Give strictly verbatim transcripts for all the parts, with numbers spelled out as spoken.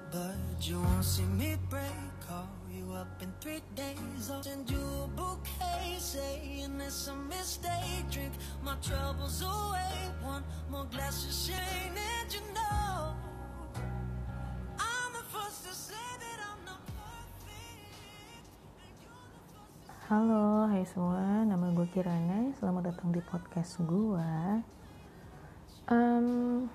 but you won't see me break. Call you up in three days, I'll send you a bouquet, saying it's a mistake. Drink my troubles away, one more glass of champagne, and you know I'm the first to say that I'm not perfect, and you're the first to... Halo, hai semua, nama gue Kirana. Selamat datang di podcast gue. Um,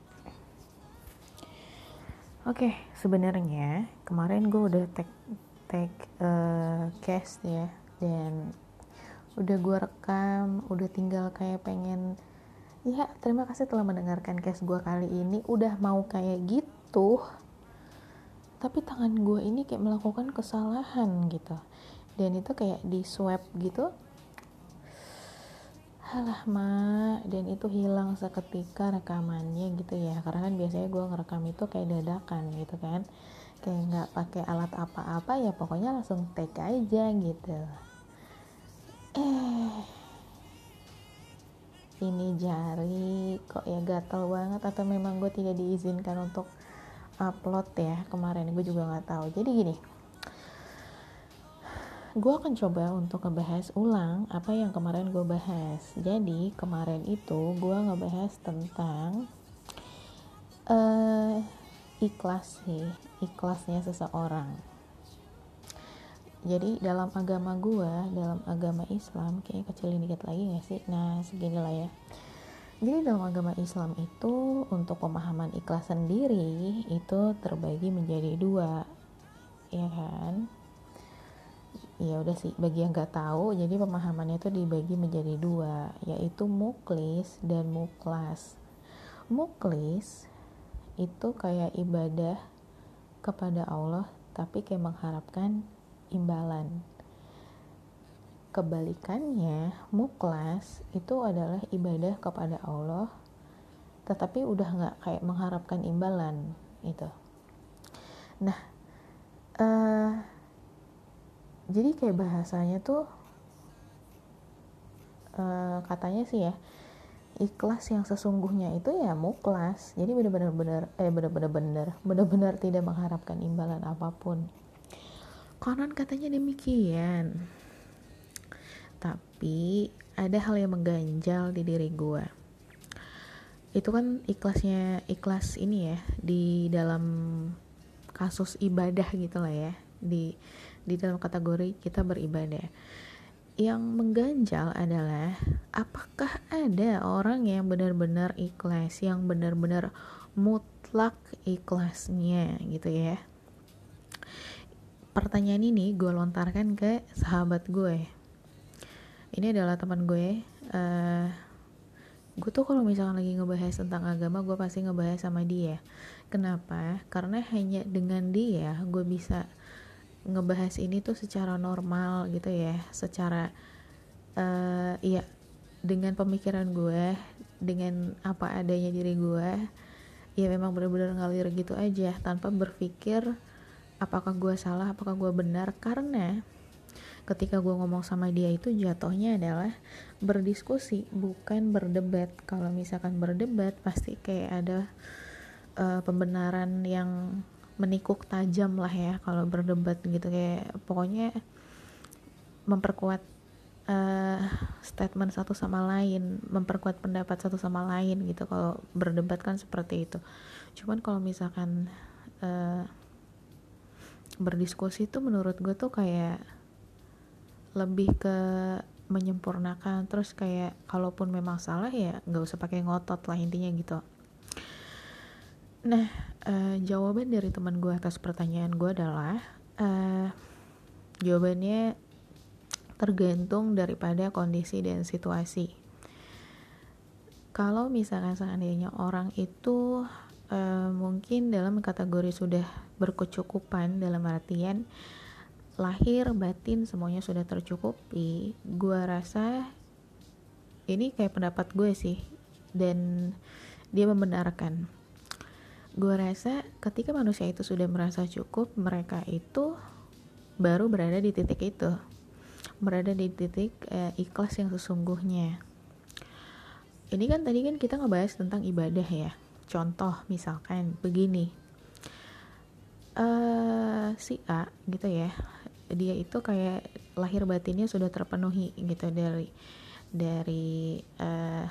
Oke, okay, sebenarnya kemarin gue udah take take uh, cast ya, dan udah gue rekam, udah tinggal kayak pengen, ya terima kasih telah mendengarkan cast gue kali ini. Udah mau kayak gitu, tapi tangan gue ini kayak melakukan kesalahan gitu, dan itu kayak di swab gitu. Halah mak, dan itu hilang seketika rekamannya gitu ya, karena kan biasanya gue ngerekam itu kayak dadakan gitu kan, kayak nggak pakai alat apa-apa ya, pokoknya langsung take aja gitu. Eh, ini jari kok ya gatel banget, atau memang gue tidak diizinkan untuk upload ya kemarin, gue juga nggak tahu. Jadi gini, gue akan coba untuk ngebahas ulang apa yang kemarin gue bahas. Jadi kemarin itu gue ngebahas tentang uh, ikhlas sih, ikhlasnya seseorang. Jadi dalam agama gue, dalam agama Islam, kayaknya kecilin dikit lagi gak sih? Nah segini lah ya. Jadi dalam agama Islam itu, untuk pemahaman ikhlas sendiri itu terbagi menjadi dua, ya kan? Ya udah sih, bagi yang nggak tahu, jadi pemahamannya itu dibagi menjadi dua, yaitu muklis dan muklas. Muklis itu kayak ibadah kepada Allah, tapi kayak mengharapkan imbalan. Kebalikannya, muklas itu adalah ibadah kepada Allah, tetapi udah nggak kayak mengharapkan imbalan itu. Nah, uh, jadi kayak bahasanya tuh uh, katanya sih ya, ikhlas yang sesungguhnya itu ya muklas. Jadi benar-benar benar eh benar-benar benar benar-benar tidak mengharapkan imbalan apapun. Konon katanya demikian. Tapi ada hal yang mengganjal di diri gue. Itu kan ikhlasnya ikhlas ini ya, di dalam kasus ibadah gitu lah ya, di di dalam kategori kita beribadah. Yang mengganjal adalah apakah ada orang yang benar-benar ikhlas, yang benar-benar mutlak ikhlasnya gitu ya. Pertanyaan ini gue lontarkan ke sahabat gue. Ini adalah teman gue. uh, gue tuh kalau misalkan lagi ngebahas tentang agama, gue pasti ngebahas sama dia. Kenapa? Karena hanya dengan dia gue bisa ngebahas ini tuh secara normal gitu ya, secara uh, ya dengan pemikiran gue, dengan apa adanya diri gue, ya memang benar-benar ngalir gitu aja, tanpa berpikir apakah gue salah, apakah gue benar. Karena ketika gue ngomong sama dia itu jatuhnya adalah berdiskusi, bukan berdebat. Kalau misalkan berdebat pasti kayak ada uh, pembenaran yang menikuk tajam lah ya kalau berdebat gitu, kayak pokoknya memperkuat uh, statement satu sama lain, memperkuat pendapat satu sama lain gitu. Kalau berdebat kan seperti itu. Cuman kalau misalkan uh, berdiskusi tuh menurut gue tuh kayak lebih ke menyempurnakan, terus kayak kalaupun memang salah ya nggak usah pakai ngotot lah intinya gitu. Nah, uh, jawaban dari teman gue atas pertanyaan gue adalah uh, jawabannya tergantung daripada kondisi dan situasi. Kalau misalkan seandainya orang itu uh, mungkin dalam kategori sudah berkecukupan, dalam artian lahir batin semuanya sudah tercukupi, gue rasa ini kayak pendapat gue sih, dan dia membenarkan. Gue rasa ketika manusia itu sudah merasa cukup, mereka itu baru berada di titik itu, berada di titik eh, ikhlas yang sesungguhnya. Ini kan tadi kan kita ngebahas tentang ibadah ya. Contoh misalkan begini, uh, si A gitu ya, dia itu kayak lahir batinnya sudah terpenuhi gitu dari dari uh,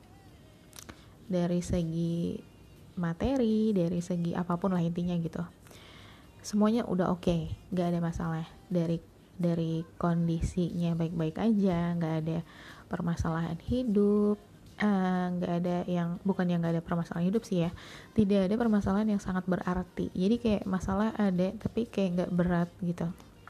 dari segi materi, dari segi apapun lah intinya gitu. Semuanya udah oke, okay, nggak ada masalah. Dari dari kondisinya baik-baik aja, nggak ada permasalahan hidup, nggak uh, ada yang bukan yang nggak ada permasalahan hidup sih ya, tidak ada permasalahan yang sangat berarti. Jadi kayak masalah ada tapi kayak nggak berat gitu.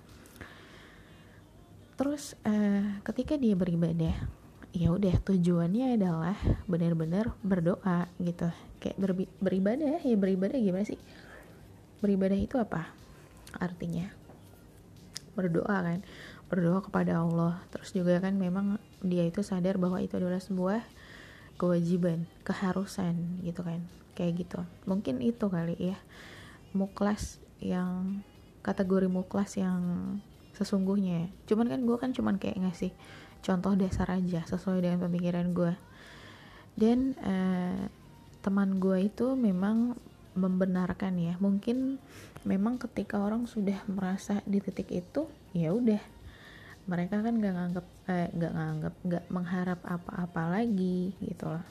Terus uh, ketika dia beribadah, ya udah tujuannya adalah benar-benar berdoa gitu. Kayak ber- beribadah ya beribadah gimana sih? Beribadah itu apa? Artinya berdoa kan, berdoa kepada Allah. Terus juga kan memang dia itu sadar bahwa itu adalah sebuah kewajiban, keharusan gitu kan, kayak gitu. Mungkin itu kali ya muklas, yang kategori muklas yang sesungguhnya. Cuman kan gue kan cuman kayak ngasih contoh dasar aja sesuai dengan pemikiran gue. Dan uh, teman gue itu memang membenarkan ya, mungkin memang ketika orang sudah merasa di titik itu, ya udah mereka kan nggak nganggap eh, nggak nganggap nggak mengharap apa-apa lagi gitu loh.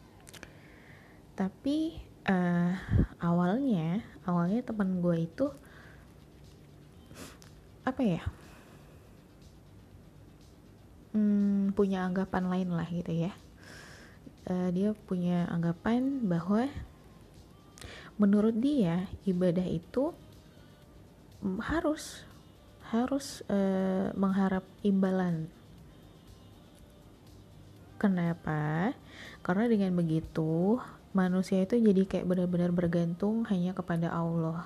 Tapi uh, awalnya awalnya teman gue itu apa ya, hmm, punya anggapan lain lah gitu ya. Uh, dia punya anggapan bahwa menurut dia ibadah itu harus harus uh, mengharap imbalan. Kenapa? Karena dengan begitu manusia itu jadi kayak benar-benar bergantung hanya kepada Allah.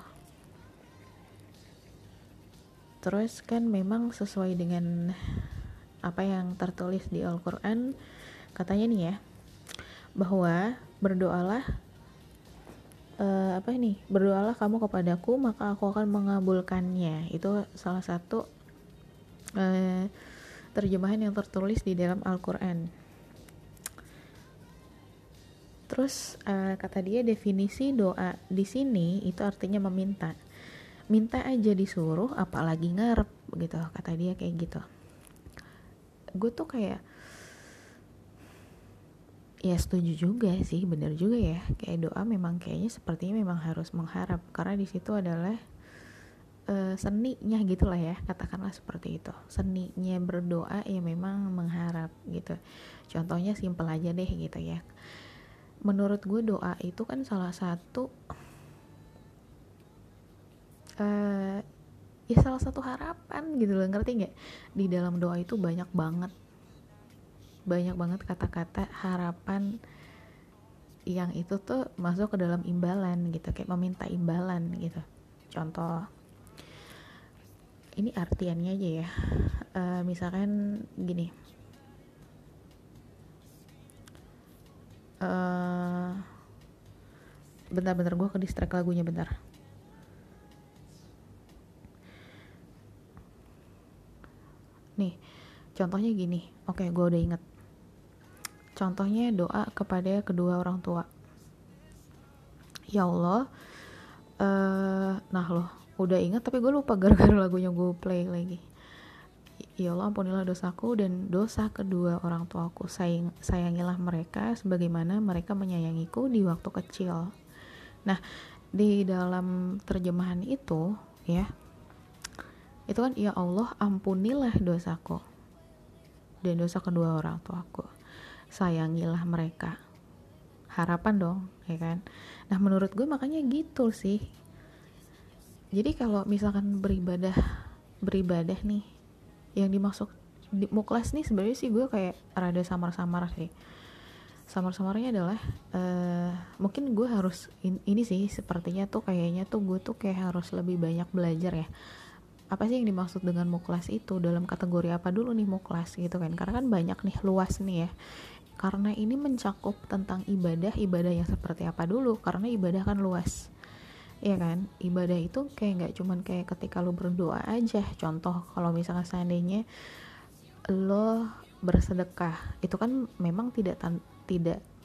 Terus kan memang sesuai dengan apa yang tertulis di Al-Quran, katanya nih ya, bahwa berdoalah Uh, apa ini berdoalah kamu kepadaku maka aku akan mengabulkannya. Itu salah satu uh, terjemahan yang tertulis di dalam Al-Quran. Terus uh, kata dia definisi doa di sini itu artinya meminta, minta aja disuruh apalagi ngarep gitu, kata dia kayak gitu. Gue tuh kayak ya setuju juga sih, benar juga ya, kayak doa memang kayaknya sepertinya memang harus mengharap, karena di situ adalah uh, seninya gitulah ya, katakanlah seperti itu, seninya berdoa ya memang mengharap gitu. Contohnya simpel aja deh gitu ya, menurut gue doa itu kan salah satu uh, ya salah satu harapan gitu loh, ngerti nggak? Di dalam doa itu banyak banget banyak banget kata-kata harapan yang itu tuh masuk ke dalam imbalan gitu, kayak meminta imbalan gitu. Contoh, ini artiannya aja ya, uh, misalkan gini, uh, bentar-bentar gue ke distract lagunya bentar. Nih, contohnya gini, oke gue udah inget. Contohnya doa kepada kedua orang tua. Ya Allah, uh, nah loh, udah ingat tapi gue lupa gara-gara lagunya gue play lagi. Ya Allah, ampunilah dosaku dan dosa kedua orang tuaku. Sayang, sayangilah mereka sebagaimana mereka menyayangiku di waktu kecil. Nah, di dalam terjemahan itu ya, itu kan ya Allah, ampunilah dosaku dan dosa kedua orang tuaku. Sayangilah mereka, harapan dong ya kan. Nah menurut gue makanya gitu sih. Jadi kalau misalkan beribadah beribadah nih, yang dimaksud di muklas nih sebenarnya sih gue kayak rada samar-samar sih. Samar-samarnya adalah uh, mungkin gue harus in, ini sih sepertinya tuh kayaknya tuh gue tuh kayak harus lebih banyak belajar ya. Apa sih yang dimaksud dengan muklas itu, dalam kategori apa dulu nih muklas gitu kan, karena kan banyak nih, luas nih ya. Karena ini mencakup tentang ibadah, ibadah yang seperti apa dulu, karena ibadah kan luas, ya kan. Ibadah itu kayak nggak cuman kayak ketika lo berdoa aja. Contoh, kalau misalkan seandainya lo bersedekah, itu kan memang tidak tan- tidak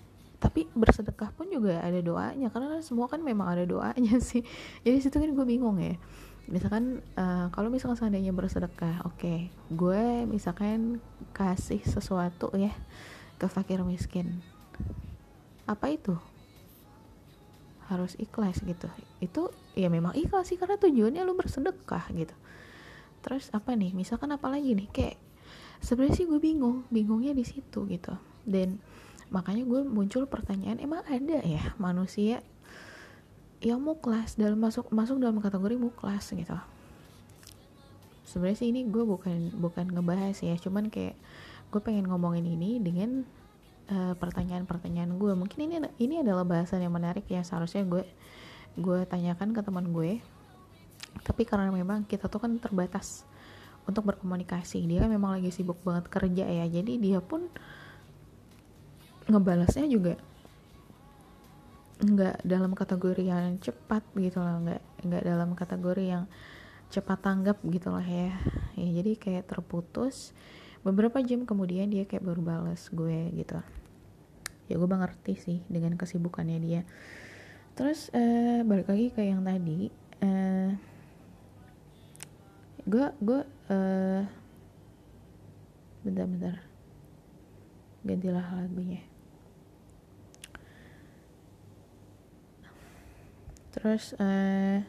tapi bersedekah pun juga ada doanya, karena semua kan memang ada doanya sih. Jadi situ kan gue bingung ya. Misalkan uh, kalau misalkan seandainya bersedekah, oke, okay, gue misalkan kasih sesuatu ya ke fakir miskin, apa itu harus ikhlas gitu? Itu ya memang ikhlas sih, karena tujuannya lu bersedekah gitu. Terus apa nih, misalkan apa lagi nih, kayak sebenarnya sih gue bingung bingungnya di situ gitu. Dan makanya gue muncul pertanyaan, emang ada ya manusia yang muklas, dalam masuk masuk dalam kategori muklas gitu? Sebenarnya sih ini gue bukan bukan ngebahas ya, cuman kayak gue pengen ngomongin ini dengan uh, pertanyaan-pertanyaan gue. Mungkin ini ini adalah bahasan yang menarik ya, seharusnya gue gue tanyakan ke teman gue, tapi karena memang kita tuh kan terbatas untuk berkomunikasi. Dia kan memang lagi sibuk banget kerja ya, jadi dia pun ngebalasnya juga nggak dalam kategori yang cepat gitu loh, nggak nggak dalam kategori yang cepat tanggap gitu lah ya. Ya jadi kayak terputus, beberapa jam kemudian dia kayak baru balas gue gitu. Ya gue mengerti sih dengan kesibukannya dia. Terus uh, balik lagi ke yang tadi, uh, gue gue uh, bentar-bentar gantilah lagunya. Terus uh,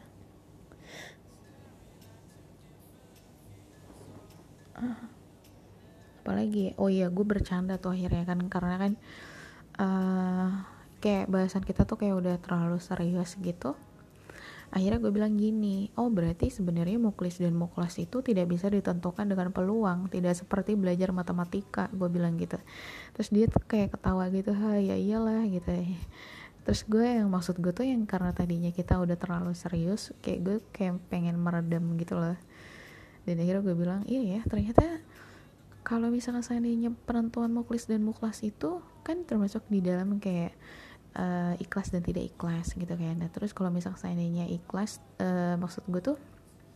uh, apalagi, oh iya gue bercanda tuh akhirnya kan, karena kan uh, kayak bahasan kita tuh kayak udah terlalu serius gitu. Akhirnya gue bilang gini, oh berarti sebenarnya muklis dan muklas itu tidak bisa ditentukan dengan peluang, tidak seperti belajar matematika, gue bilang gitu. Terus dia tuh kayak ketawa gitu, ha ya iyalah gitu. Terus gue yang maksud gue tuh yang karena tadinya kita udah terlalu serius, kayak gue kayak pengen meredam gitu loh. Dan akhirnya gue bilang, iya ya ternyata kalau misalkan seandainya penentuan muklis dan muklas itu kan termasuk di dalam kayak uh, ikhlas dan tidak ikhlas gitu kan. Nah terus kalau misalkan seandainya ikhlas, uh, maksud gue tuh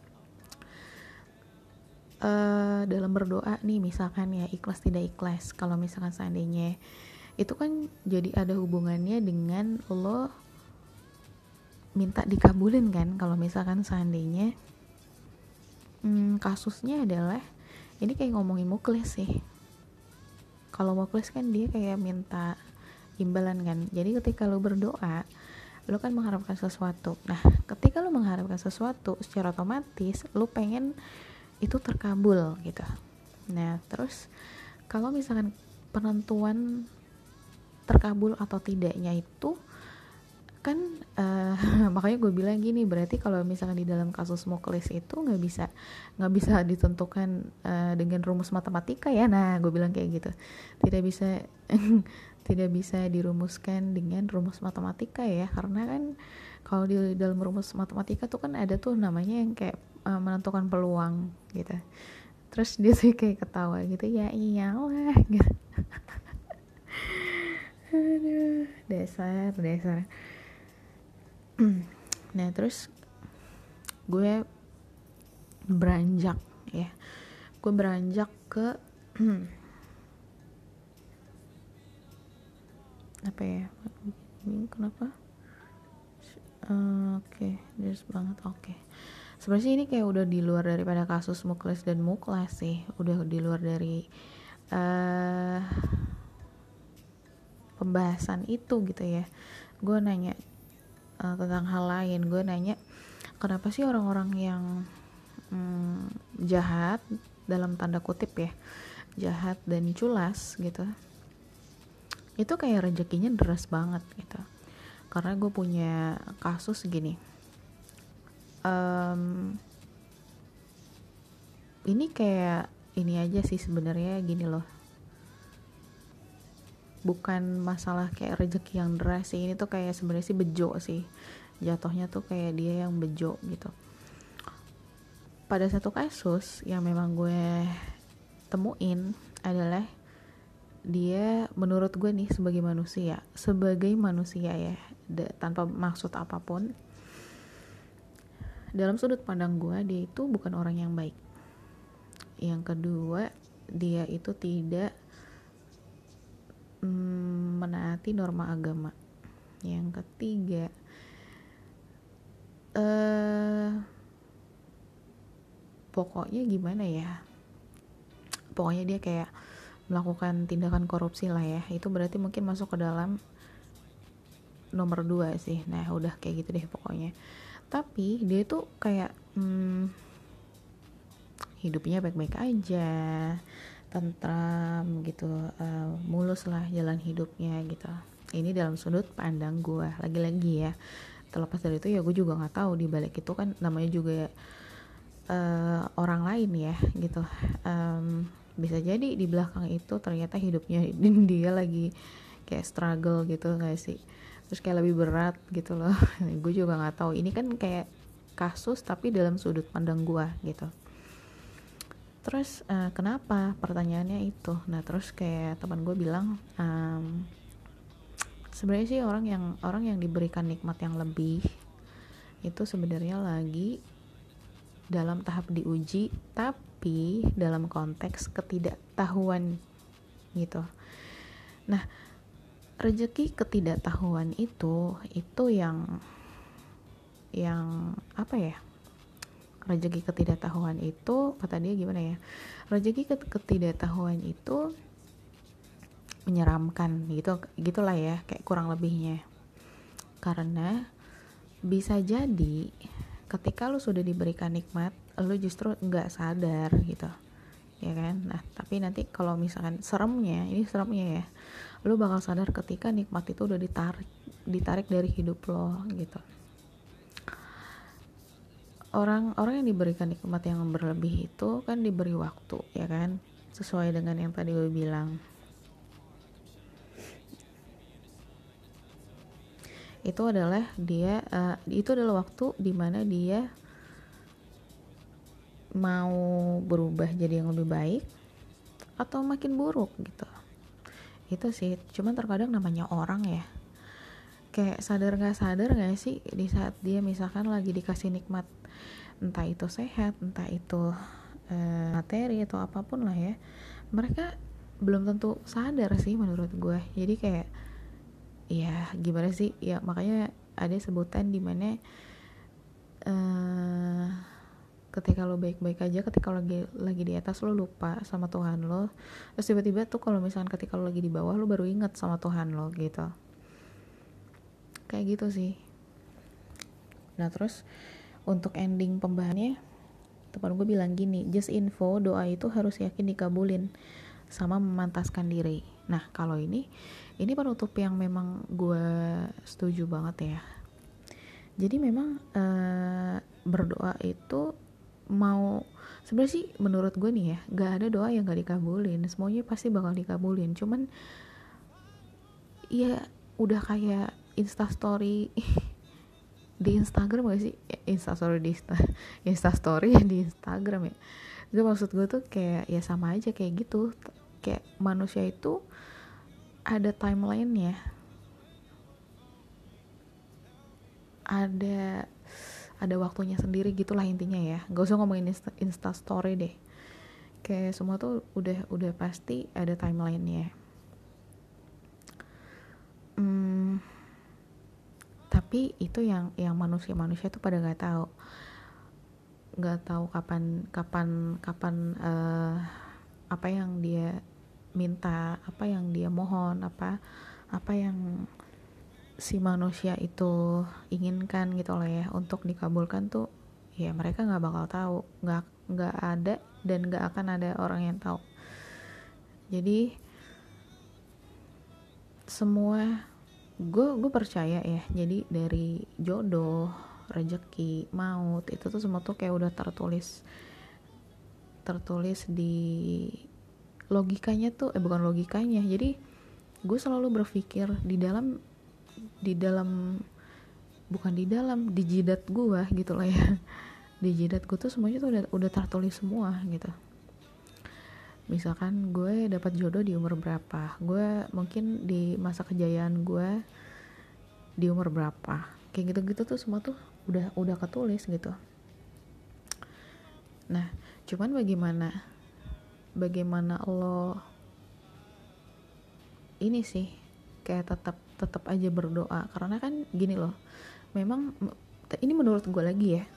uh, dalam berdoa nih misalkan ya, ikhlas tidak ikhlas, kalau misalkan seandainya itu kan jadi ada hubungannya dengan lo minta dikabulin kan. Kalau misalkan seandainya hmm, kasusnya adalah ini kayak ngomongin muklis sih. Kalau muklis kan dia kayak minta imbalan kan. Jadi ketika lo berdoa, lo kan mengharapkan sesuatu. Nah ketika lo mengharapkan sesuatu, secara otomatis lo pengen itu terkabul gitu. Nah terus kalau misalkan penentuan terkabul atau tidaknya itu kan uh, makanya gue bilang gini, berarti kalau misalkan di dalam kasus muklis itu nggak bisa nggak bisa ditentukan uh, dengan rumus matematika ya. Nah gue bilang kayak gitu, tidak bisa tidak bisa dirumuskan dengan rumus matematika ya, karena kan kalau di dalam rumus matematika tuh kan ada tuh namanya yang kayak uh, menentukan peluang gitu. Terus dia sih kayak ketawa gitu, ya iyalah gitu. Aduh, dasar dasar. Nah terus gue beranjak ya, gue beranjak ke apa ya, ini kenapa uh, oke okay, jelas banget. Oke okay. Sebenarnya ini kayak udah di luar daripada kasus muklis dan muklas sih, udah di luar dari uh, pembahasan itu gitu ya. Gue nanya uh, tentang hal lain. Gue nanya kenapa sih orang-orang yang hmm, jahat dalam tanda kutip ya, jahat dan culas gitu, itu kayak rezekinya deras banget gitu. Karena gue punya kasus gini, um, ini kayak ini aja sih sebenarnya gini loh, bukan masalah kayak rezeki yang deras sih, ini tuh kayak sebenarnya sih bejo sih, jatuhnya tuh kayak dia yang bejo gitu. Pada satu kasus yang memang gue temuin adalah dia, menurut gue nih sebagai manusia, sebagai manusia ya, de, tanpa maksud apapun, dalam sudut pandang gue dia itu bukan orang yang baik. Yang kedua, dia itu tidak hmm, menaati norma agama. Yang ketiga, eh pokoknya gimana ya, pokoknya dia kayak melakukan tindakan korupsi lah ya. Itu berarti mungkin masuk ke dalam nomor dua sih. Nah udah kayak gitu deh pokoknya. Tapi dia tuh kayak hmm, hidupnya baik-baik aja, tentram gitu, uh, mulus lah jalan hidupnya gitu. Ini dalam sudut pandang gue. Lagi-lagi ya, terlepas dari itu ya gue juga nggak tahu di balik itu kan namanya juga uh, orang lain ya gitu. Um, bisa jadi di belakang itu ternyata hidupnya dia lagi kayak struggle gitu nggak sih, terus kayak lebih berat gitu loh. Gue juga nggak tahu, ini kan kayak kasus tapi dalam sudut pandang gue gitu. Terus uh, kenapa pertanyaannya itu? Nah terus kayak teman gue bilang um, sebenarnya sih orang yang orang yang diberikan nikmat yang lebih itu sebenarnya lagi dalam tahap diuji, tapi dalam konteks ketidaktahuan gitu. Nah rezeki ketidaktahuan itu itu yang yang apa ya, rezeki ketidaktahuan itu kata dia gimana ya, rezeki ketidaktahuan itu menyeramkan gitu gitulah ya, kayak kurang lebihnya. Karena bisa jadi ketika lu sudah diberikan nikmat lu justru nggak sadar gitu ya kan. Nah tapi nanti kalau misalkan seremnya, ini seremnya ya, lu bakal sadar ketika nikmat itu udah ditarik ditarik dari hidup lo gitu. Orang-orang yang diberikan nikmat yang berlebih itu kan diberi waktu ya kan, sesuai dengan yang tadi gue bilang. Itu adalah dia uh, itu adalah waktu dimana dia mau berubah jadi yang lebih baik atau makin buruk gitu. Itu sih, cuman terkadang namanya orang ya, kayak sadar gak sadar gak sih di saat dia misalkan lagi dikasih nikmat, entah itu sehat, entah itu uh, materi atau apapun lah ya, mereka belum tentu sadar sih menurut gue. Jadi kayak ya gimana sih ya, makanya ada sebutan dimana uh, ketika lo baik-baik aja, ketika lo lagi lagi di atas lo lupa sama Tuhan lo, terus tiba-tiba tuh kalau misalkan ketika lo lagi di bawah lo baru ingat sama Tuhan lo gitu, kayak gitu sih. Nah terus untuk ending pembahasannya, teman gue bilang gini, just info, doa itu harus yakin dikabulin sama memantaskan diri. Nah kalau ini ini penutup yang memang gue setuju banget ya. Jadi memang uh, berdoa itu mau, sebenarnya sih menurut gue nih ya, gak ada doa yang gak dikabulin, semuanya pasti bakal dikabulin. Cuman ya udah kayak instastory di Instagram gak sih? Instastory di Instastory ya di Instagram ya. Gue maksud gue tuh kayak ya sama aja kayak gitu. Kayak manusia itu ada timelinenya, ada ada waktunya sendiri gitulah intinya ya. Gak usah ngomongin Insta, Instastory deh. Kayak semua tuh udah udah pasti ada timelinenya. Hmm, tapi itu yang yang manusia-manusia tuh pada nggak tahu, nggak tahu kapan kapan kapan uh, apa yang dia minta, apa yang dia mohon, apa apa yang si manusia itu inginkan gitu lah ya untuk dikabulkan tuh ya mereka nggak bakal tahu, nggak nggak ada dan nggak akan ada orang yang tahu. Jadi semua gue gue percaya ya, jadi dari jodoh, rezeki, maut itu tuh semua tuh kayak udah tertulis tertulis di logikanya tuh eh bukan logikanya. Jadi gue selalu berpikir di dalam di dalam bukan di dalam di jidat gue gitu lah ya. Di jidat gue tuh semuanya tuh udah udah tertulis semua gitu. Misalkan gue dapat jodoh di umur berapa, gue mungkin di masa kejayaan gue di umur berapa, kayak gitu-gitu tuh semua tuh udah udah ketulis gitu. Nah cuman bagaimana bagaimana lo ini sih, kayak tetap tetap aja berdoa, karena kan gini loh, memang ini menurut gue lagi ya,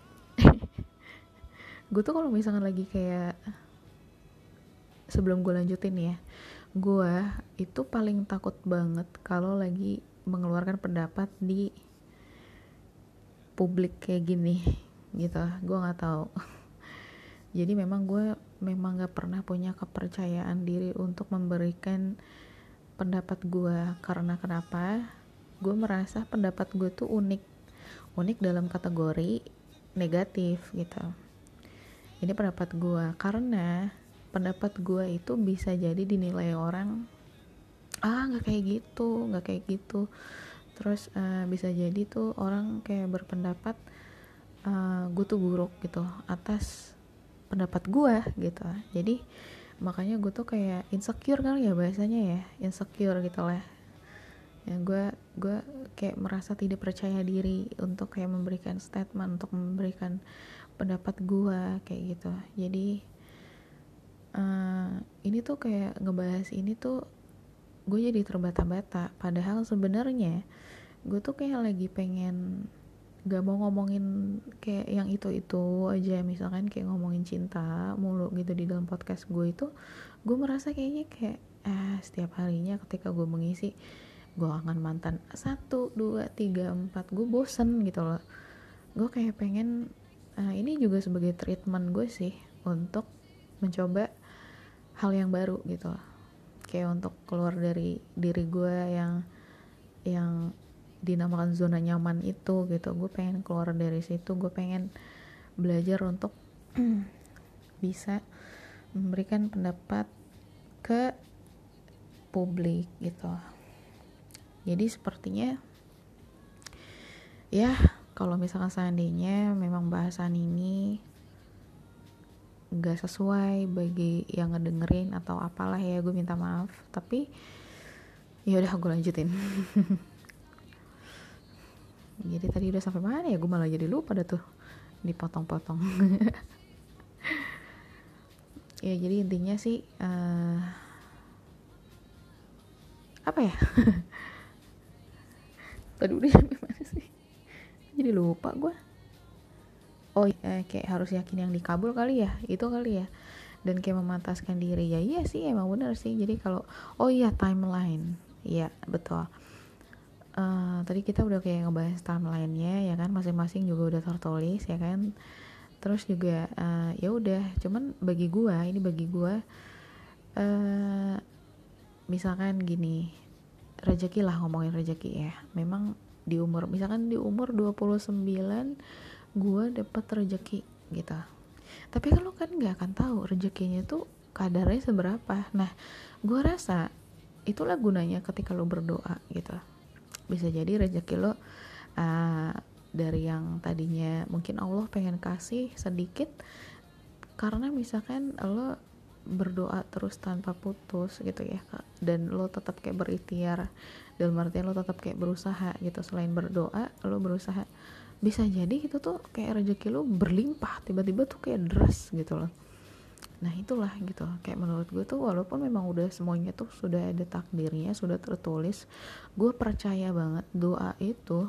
gue tuh kalau misalkan lagi kayak, sebelum gue lanjutin ya, gue itu paling takut banget kalau lagi mengeluarkan pendapat di publik kayak gini gitu. Gue nggak tahu. Jadi memang gue memang nggak pernah punya kepercayaan diri untuk memberikan pendapat gue, karena kenapa? Gue merasa pendapat gue tuh unik, unik dalam kategori negatif gitu. Ini pendapat gue, karena pendapat gue itu bisa jadi dinilai orang, ah nggak kayak gitu, nggak kayak gitu. Terus uh, bisa jadi tuh orang kayak berpendapat uh, gue tuh buruk gitu atas pendapat gue gitu. Jadi makanya gue tuh kayak insecure kali ya bahasanya ya, insecure gitu lah. Ya gue gue kayak merasa tidak percaya diri untuk kayak memberikan statement, untuk memberikan pendapat gue kayak gitu. Jadi uh, ini tuh kayak ngebahas ini tuh gue jadi terbata-bata, padahal sebenarnya gue tuh kayak lagi pengen gak mau ngomongin kayak yang itu-itu aja, misalkan kayak ngomongin cinta mulu gitu di dalam podcast gue. Itu gue merasa kayaknya kayak ah setiap harinya ketika gue mengisi gue akan mantan satu, dua, tiga, empat, gue bosen gitu loh. Gue kayak pengen uh, ini juga sebagai treatment gue sih untuk mencoba hal yang baru gitu loh, kayak untuk keluar dari diri gue yang yang dinamakan zona nyaman itu gitu. Gue pengen keluar dari situ, gue pengen belajar untuk bisa memberikan pendapat ke publik gitu. Jadi sepertinya ya kalau misalkan seandainya memang bahasan ini gak sesuai bagi yang ngedengerin atau apalah ya, gue minta maaf. Tapi ya udah gue lanjutin. Jadi tadi udah sampai mana ya, gue malah jadi lupa dah tuh, dipotong-potong. Ya jadi intinya sih uh, apa ya? Tadi udah sampai mana sih? Jadi lupa gue. Oh eh, kayak harus yakin yang dikabul kali ya, itu kali ya. Dan kayak memantaskan diri ya. Iya sih emang benar sih. Jadi kalau oh iya timeline, iya betul. Uh, tadi kita udah kayak ngebahas timelinenya ya kan, masing-masing juga udah tertulis ya kan. Terus juga uh, ya udah, cuman bagi gua ini bagi gua uh, misalkan gini, rezeki lah, ngomongin rezeki ya. Memang di umur misalkan di umur dua puluh sembilan gua dapet rezeki gitu. Tapi kan lo kan nggak akan tahu rezekinya tuh kadarnya seberapa. Nah, gua rasa itulah gunanya ketika lo berdoa gitu. Bisa jadi rezeki lo uh, dari yang tadinya mungkin Allah pengen kasih sedikit, karena misalkan lo berdoa terus tanpa putus gitu ya, dan lo tetap kayak berikhtiar, dalam artian lo tetap kayak berusaha gitu, selain berdoa lo berusaha, bisa jadi itu tuh kayak rezeki lo berlimpah tiba-tiba tuh kayak deras gitu loh. Nah itulah gitu, kayak menurut gue tuh walaupun memang udah semuanya tuh sudah ada takdirnya, sudah tertulis, gue percaya banget doa itu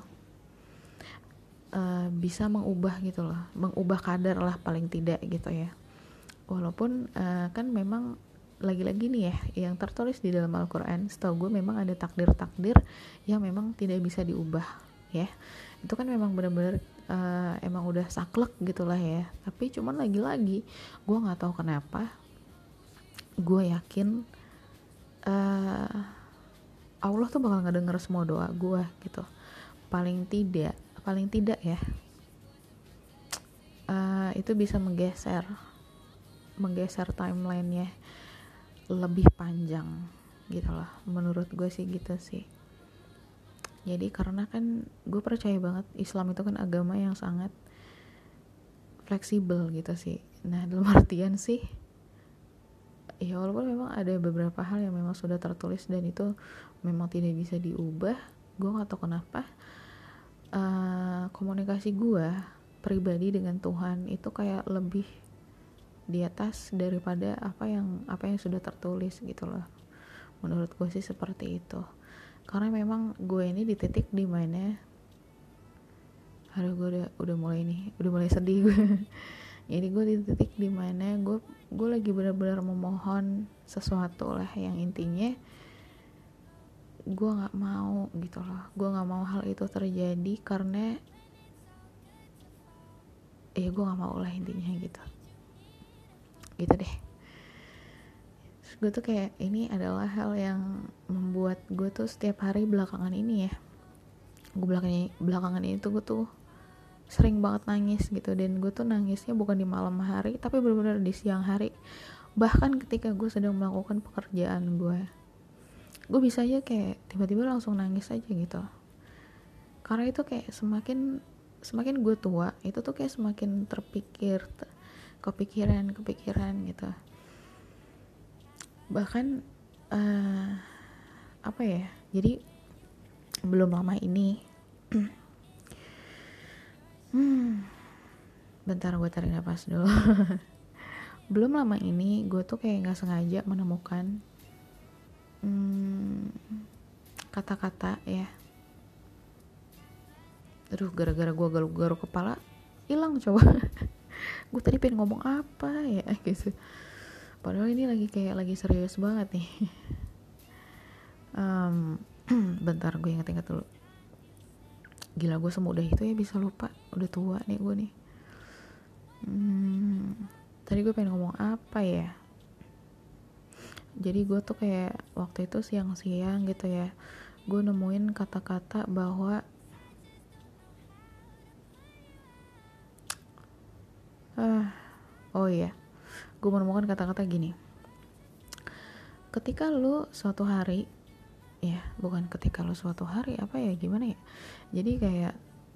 uh, bisa mengubah gitu loh, mengubah kadar lah paling tidak gitu ya. Walaupun uh, kan memang lagi-lagi nih ya, yang tertulis di dalam Al-Quran, setahu gue memang ada takdir-takdir yang memang tidak bisa diubah ya. Itu kan memang benar-benar uh, emang udah saklek gitulah ya. Tapi cuman lagi-lagi gue nggak tahu kenapa gue yakin uh, Allah tuh bakal ngedenger semua doa gue gitu. Paling tidak paling tidak ya uh, itu bisa menggeser menggeser timelinenya lebih panjang gitu loh, menurut gue sih gitu sih. Jadi karena kan gue percaya banget Islam itu kan agama yang sangat fleksibel gitu sih. Nah dalam artian sih ya walaupun memang ada beberapa hal yang memang sudah tertulis dan itu memang tidak bisa diubah, gue gak tahu kenapa uh, komunikasi gue pribadi dengan Tuhan itu kayak lebih di atas daripada apa yang apa yang sudah tertulis gitu loh. menurut gue sih seperti itu. Karena memang gue ini di titik dimana, aduh gue udah udah mulai nih udah mulai sedih gue. Jadi gue di titik dimana gue gue lagi benar-benar memohon sesuatu lah, yang intinya gue nggak mau gitu loh, gue nggak mau hal itu terjadi karena ya gue nggak mau lah intinya gitu gitu deh. Terus gue tuh kayak, ini adalah hal yang membuat gue tuh setiap hari belakangan ini ya, gue belakangan belakangan ini tuh gue tuh sering banget nangis gitu. Dan gue tuh nangisnya bukan di malam hari, tapi benar-benar di siang hari, bahkan ketika gue sedang melakukan pekerjaan gue gue bisa aja kayak tiba-tiba langsung nangis aja gitu. Karena itu kayak semakin semakin gue tua itu tuh kayak semakin terpikir kepikiran kepikiran gitu. Bahkan uh, apa ya, jadi belum lama ini Hmm, bentar gue tarik nafas dulu. Belum lama ini gue tuh kayak nggak sengaja menemukan hmm, kata-kata ya. Aduh, gara-gara gue garuk-garuk kepala hilang coba. Gue tadi pengen ngomong apa ya gitu. Padahal ini lagi kayak lagi serius banget nih. um, bentar gue inget-inget dulu. Gila, gue semudah itu ya bisa lupa. Udah tua nih gue nih. hmm, Tadi gue pengen ngomong apa ya. Jadi gue tuh kayak waktu itu siang-siang gitu ya, gue nemuin kata-kata bahwa ah, oh iya, gue menemukan kata-kata gini. Ketika lu suatu hari, ya bukan ketika lu suatu hari, apa ya, gimana ya, jadi kayak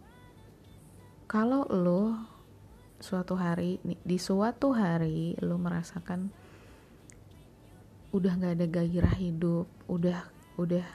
kalau lu suatu hari, di suatu hari lu merasakan udah gak ada gairah hidup, udah udah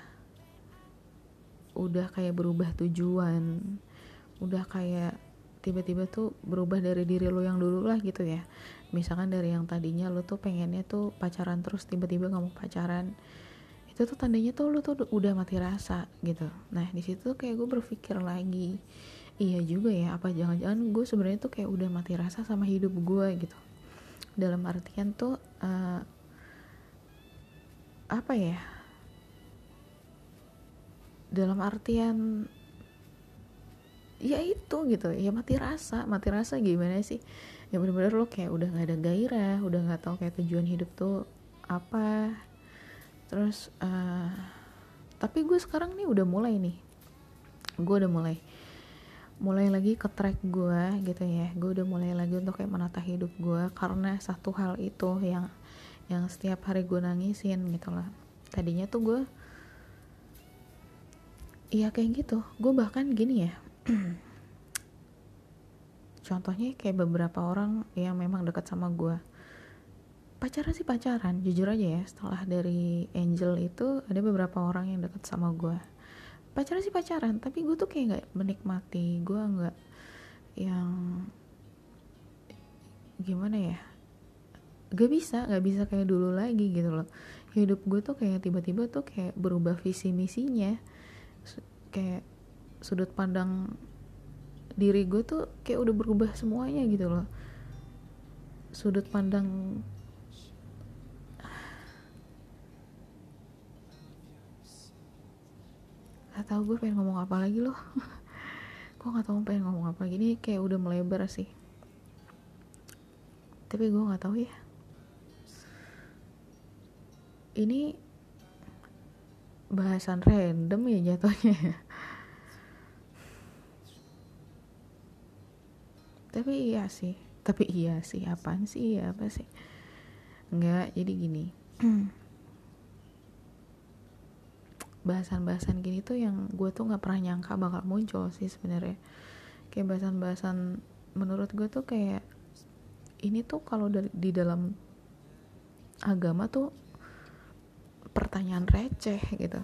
udah kayak berubah tujuan, udah kayak tiba-tiba tuh berubah dari diri lo yang dulu lah gitu ya. Misalkan dari yang tadinya lo tuh pengennya tuh pacaran terus tiba-tiba gak mau pacaran, itu tuh tandanya tuh lo tuh udah mati rasa gitu. Nah di situ kayak gue berpikir lagi, iya juga ya, apa jangan-jangan gue sebenarnya tuh kayak udah mati rasa sama hidup gue gitu. Dalam artian tuh uh, apa ya, dalam artian ya itu gitu ya, mati rasa. Mati rasa gimana sih ya, bener-bener lo kayak udah gak ada gairah, udah gak tahu kayak tujuan hidup tuh apa. Terus uh, tapi gue sekarang nih udah mulai nih gue udah mulai mulai lagi ke track gue gitu ya. Gue udah mulai lagi untuk kayak menata hidup gue karena satu hal itu yang yang setiap hari gue nangisin gitu lah. Tadinya tuh gue iya kayak gitu, gue bahkan gini ya. Contohnya kayak beberapa orang yang memang dekat sama gue, pacaran sih pacaran, jujur aja ya, setelah dari Angel itu ada beberapa orang yang dekat sama gue, pacaran sih pacaran, tapi gue tuh kayak nggak menikmati, gue nggak yang gimana ya, gak bisa nggak bisa kayak dulu lagi gitu loh. Hidup gue tuh kayak tiba-tiba tuh kayak berubah visi misinya, kayak sudut pandang diri gue tuh kayak udah berubah semuanya gitu loh. Sudut pandang gak tau gue pengen ngomong apa lagi loh. Gue gak tau pengen ngomong apa lagi, ini kayak udah melebar sih, tapi gue gak tahu ya, ini bahasan random ya jatuhnya. Tapi iya sih, tapi iya sih, apaan sih ya, apa sih? Enggak, jadi gini. Bahasan-bahasan gini tuh yang gue tuh nggak pernah nyangka bakal muncul sih sebenarnya. Kayak bahasan-bahasan menurut gue tuh kayak ini tuh kalau di dalam agama tuh pertanyaan receh gitu.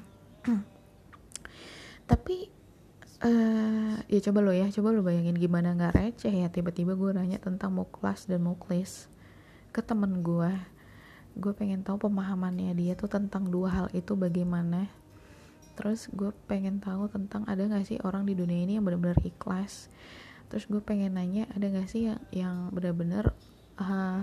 Tapi uh, ya coba lo ya, coba lo bayangin gimana nggak receh ya, tiba-tiba gue nanya tentang muklas dan muklis ke temen gue, gue pengen tahu pemahamannya dia tuh tentang dua hal itu bagaimana. Terus gue pengen tahu tentang ada gak sih orang di dunia ini yang benar-benar ikhlas. Terus gue pengen nanya, ada gak sih yang, yang benar-benar uh,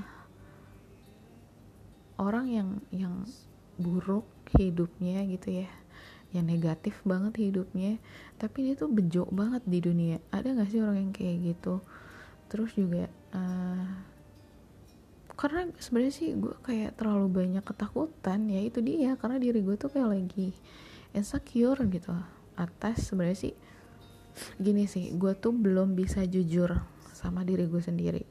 orang yang yang buruk hidupnya gitu ya, yang negatif banget hidupnya, tapi dia tuh bejo banget di dunia. Ada gak sih orang yang kayak gitu? Terus juga uh, karena sebenarnya sih gue kayak terlalu banyak ketakutan, ya itu dia, karena diri gue tuh kayak lagi insecure gitu atas, sebenarnya sih gini sih, gue tuh belum bisa jujur sama diri gue sendiri.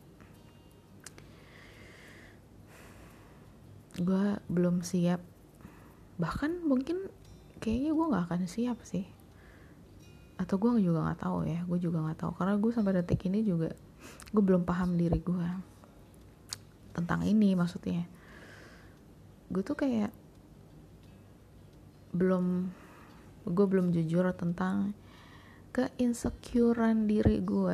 Gue belum siap, bahkan mungkin kayaknya gue nggak akan siap sih, atau gue juga nggak tahu ya, gue juga nggak tahu karena gue sampai detik ini juga gue belum paham diri gue tentang ini. Maksudnya gue tuh kayak belum gue belum jujur tentang keinsecurean diri gue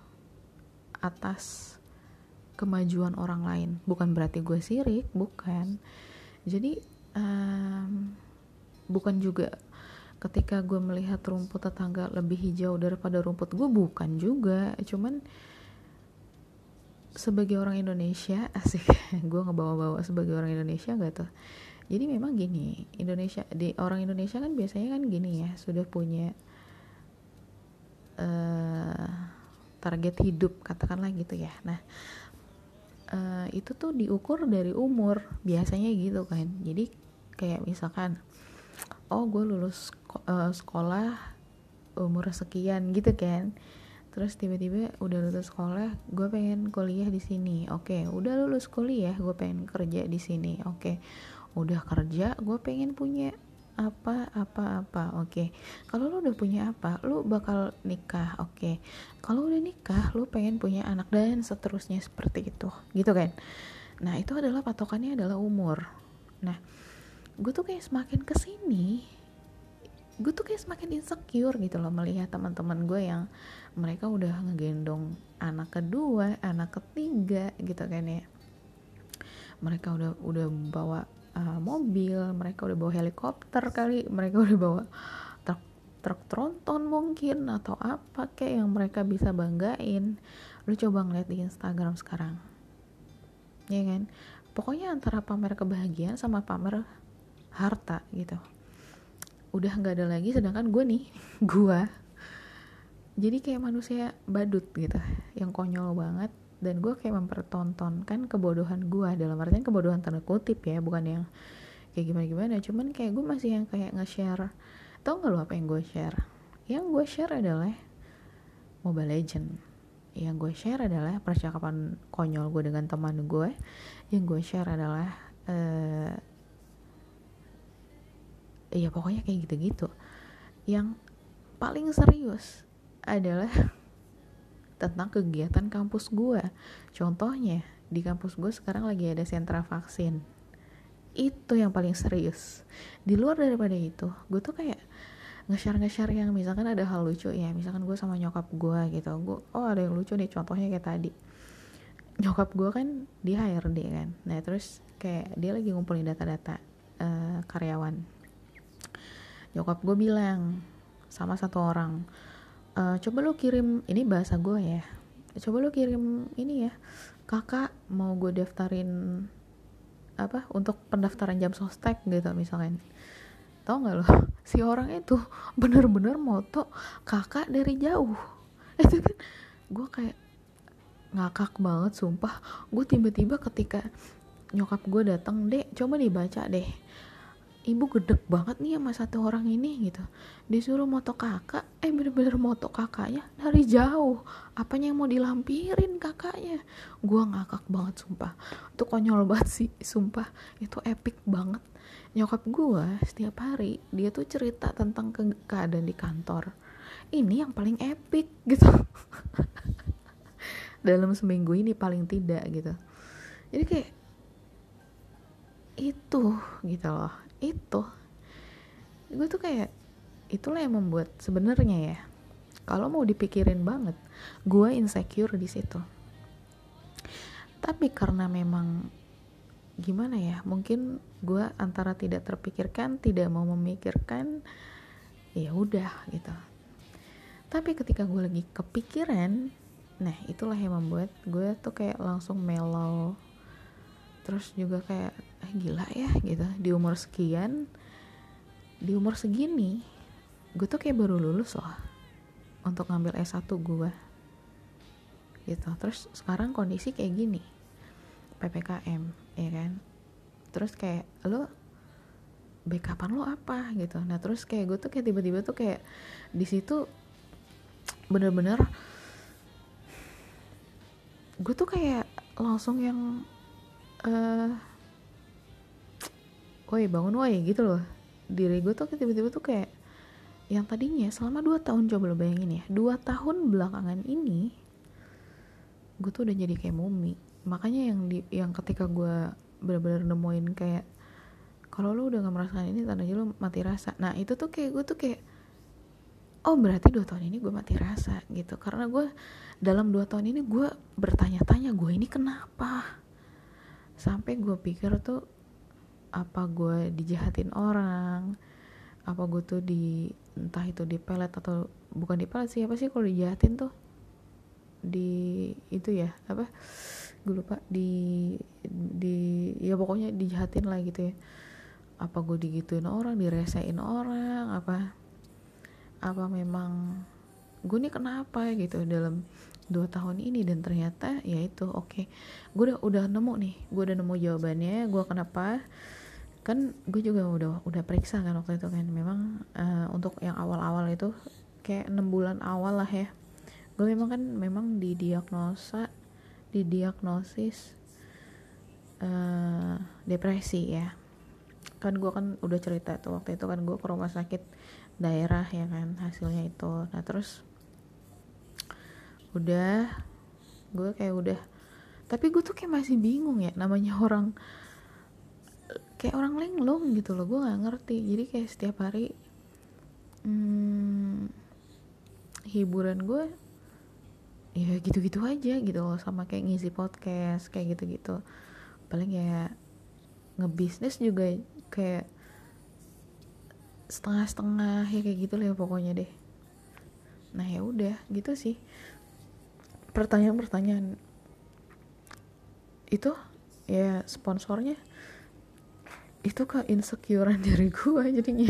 atas kemajuan orang lain. Bukan berarti gue sirik, bukan. Jadi um, bukan juga ketika gue melihat rumput tetangga lebih hijau daripada rumput gue, bukan juga. Cuman sebagai orang Indonesia, asik gue ngebawa-bawa sebagai orang Indonesia gak tuh. Jadi memang gini, Indonesia, di orang Indonesia kan biasanya kan gini ya, sudah punya uh, target hidup, katakanlah gitu ya. Nah uh, itu tuh diukur dari umur biasanya gitu kan. Jadi kayak misalkan, oh gue lulus uh, sekolah umur sekian gitu kan, terus tiba-tiba udah lulus sekolah, gue pengen kuliah di sini. Oke, udah lulus kuliah, gue pengen kerja di sini. Oke, udah kerja, gue pengen punya apa apa apa. Oke, kalau lu udah punya apa, lu bakal nikah. Oke, kalau udah nikah, lu pengen punya anak, dan seterusnya seperti itu, gitu kan. Nah itu adalah patokannya adalah umur. Nah gue tuh kayak semakin kesini, gue tuh kayak semakin insecure gitu loh melihat teman-teman gue yang mereka udah ngegendong anak kedua, anak ketiga gitu kan ya. Mereka udah udah bawa uh, mobil, mereka udah bawa helikopter kali, mereka udah bawa truk truk tronton mungkin, atau apa kayak yang mereka bisa banggain. Lu coba ngeliat di Instagram sekarang, ya kan? Pokoknya antara pamer kebahagiaan sama pamer harta gitu, udah nggak ada lagi. Sedangkan gue nih, gue jadi kayak manusia badut gitu, yang konyol banget. Dan gue kayak mempertontonkan kebodohan gue, dalam artian kebodohan tanda kutip ya, bukan yang kayak gimana-gimana. Cuman kayak gue masih yang kayak nge-share. Tau gak lo apa yang gue share? Yang gue share adalah Mobile Legend. Yang gue share adalah percakapan konyol gue dengan teman gue. Yang gue share adalah uh, ya pokoknya kayak gitu-gitu. Yang paling serius adalah tentang kegiatan kampus gue. Contohnya di kampus gue sekarang lagi ada sentra vaksin. Itu yang paling serius. Di luar daripada itu, gue tuh kayak nge-share-nge-share yang misalkan ada hal lucu ya, misalkan gue sama nyokap gue gitu, gue oh ada yang lucu nih, contohnya kayak tadi nyokap gue kan di H R D kan. Nah terus kayak dia lagi ngumpulin data-data uh, karyawan. Nyokap gue bilang sama satu orang, e, coba lu kirim, ini bahasa gue ya, coba lu kirim ini ya, kakak mau gue daftarin apa untuk pendaftaran jam sostek gitu misalkan. Tau gak lo, si orang itu bener-bener moto kakak dari jauh. Itu kan gue kayak ngakak banget sumpah. Gue tiba-tiba ketika nyokap gue datang, dek coba dibaca deh, ibu gedek banget nih sama satu orang ini gitu, disuruh moto kakak, eh bener-bener moto kakaknya dari jauh. Apanya yang mau dilampirin kakaknya? Gue ngakak banget sumpah. Itu konyol banget sih sumpah. Itu epic banget. Nyokap gue setiap hari dia tuh cerita tentang ke- keadaan di kantor. Ini yang paling epic gitu dalam seminggu ini paling tidak gitu. Jadi kayak itu gitu loh. Itu gue tuh kayak itulah yang membuat sebenarnya ya, kalau mau dipikirin banget, gue insecure di situ. Tapi karena memang gimana ya, mungkin gue antara tidak terpikirkan, tidak mau memikirkan, ya udah gitu. Tapi ketika gue lagi kepikiran, nah itulah yang membuat gue tuh kayak langsung mellow. Terus juga kayak eh, gila ya gitu, di umur sekian, di umur segini gue tuh kayak baru lulus loh untuk ngambil S satu gue gitu. Terus sekarang kondisi kayak gini, P P K M ya kan. Terus kayak lo backupan lo apa gitu. Nah terus kayak gue tuh kayak tiba-tiba tuh kayak di situ bener-bener gue tuh kayak langsung yang uh, woi bangun woi gitu loh. Diri gue tuh tiba-tiba tuh kayak yang tadinya selama dua tahun, coba lo bayangin ya, dua tahun belakangan ini gue tuh udah jadi kayak mumi. Makanya yang di yang ketika gue benar-benar nemuin kayak kalau lo udah gak merasakan ini tandanya lo mati rasa. Nah itu tuh kayak gue tuh kayak oh berarti dua tahun ini gue mati rasa gitu. Karena gue dalam dua tahun ini gue bertanya-tanya gue ini kenapa. Sampai gue pikir tuh apa gue dijahatin orang, apa gue tuh di entah itu dipelet atau bukan dipelet sih, apa sih kalau dijahatin tuh di itu ya apa gue lupa di di ya pokoknya dijahatin lah gitu ya. Apa gue digituin orang, diresein orang, apa apa memang gue nih kenapa gitu dalam dua tahun ini. Dan ternyata ya itu oke okay. gue udah udah nemu nih, gue udah nemu jawabannya gue kenapa. Kan gue juga udah udah periksa kan waktu itu kan, memang uh, untuk yang awal-awal itu kayak enam bulan awal lah ya, gue memang kan memang didiagnosa didiagnosis uh, depresi ya kan. Gue kan udah cerita tuh waktu itu kan gue ke rumah sakit daerah ya kan, hasilnya itu. Nah terus udah gue kayak udah, tapi gue tuh kayak masih bingung ya, namanya orang kayak orang linglung gitu loh, gue nggak ngerti. Jadi kayak setiap hari hmm, hiburan gue ya gitu-gitu aja gitu loh, sama kayak ngisi podcast kayak gitu-gitu. Paling ya ngebisnis juga kayak setengah-setengah ya kayak gitu lah ya pokoknya deh. Nah ya udah gitu sih pertanyaan-pertanyaan itu ya, sponsornya itu ke insecurean diri gue jadinya.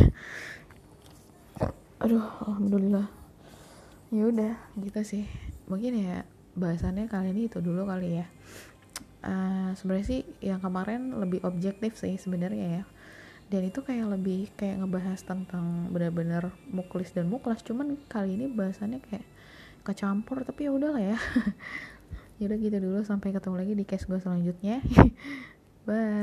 Aduh alhamdulillah. Ya udah gitu sih mungkin ya bahasannya kali ini itu dulu kali ya. Uh, sebenarnya sih yang kemarin lebih objektif sih sebenarnya ya, dan itu kayak lebih kayak ngebahas tentang benar-benar muklis dan muklas. Cuman kali ini bahasannya kayak kecampur, tapi ya udahlah ya. Ya udah gitu dulu, sampai ketemu lagi di case gue selanjutnya. Bye.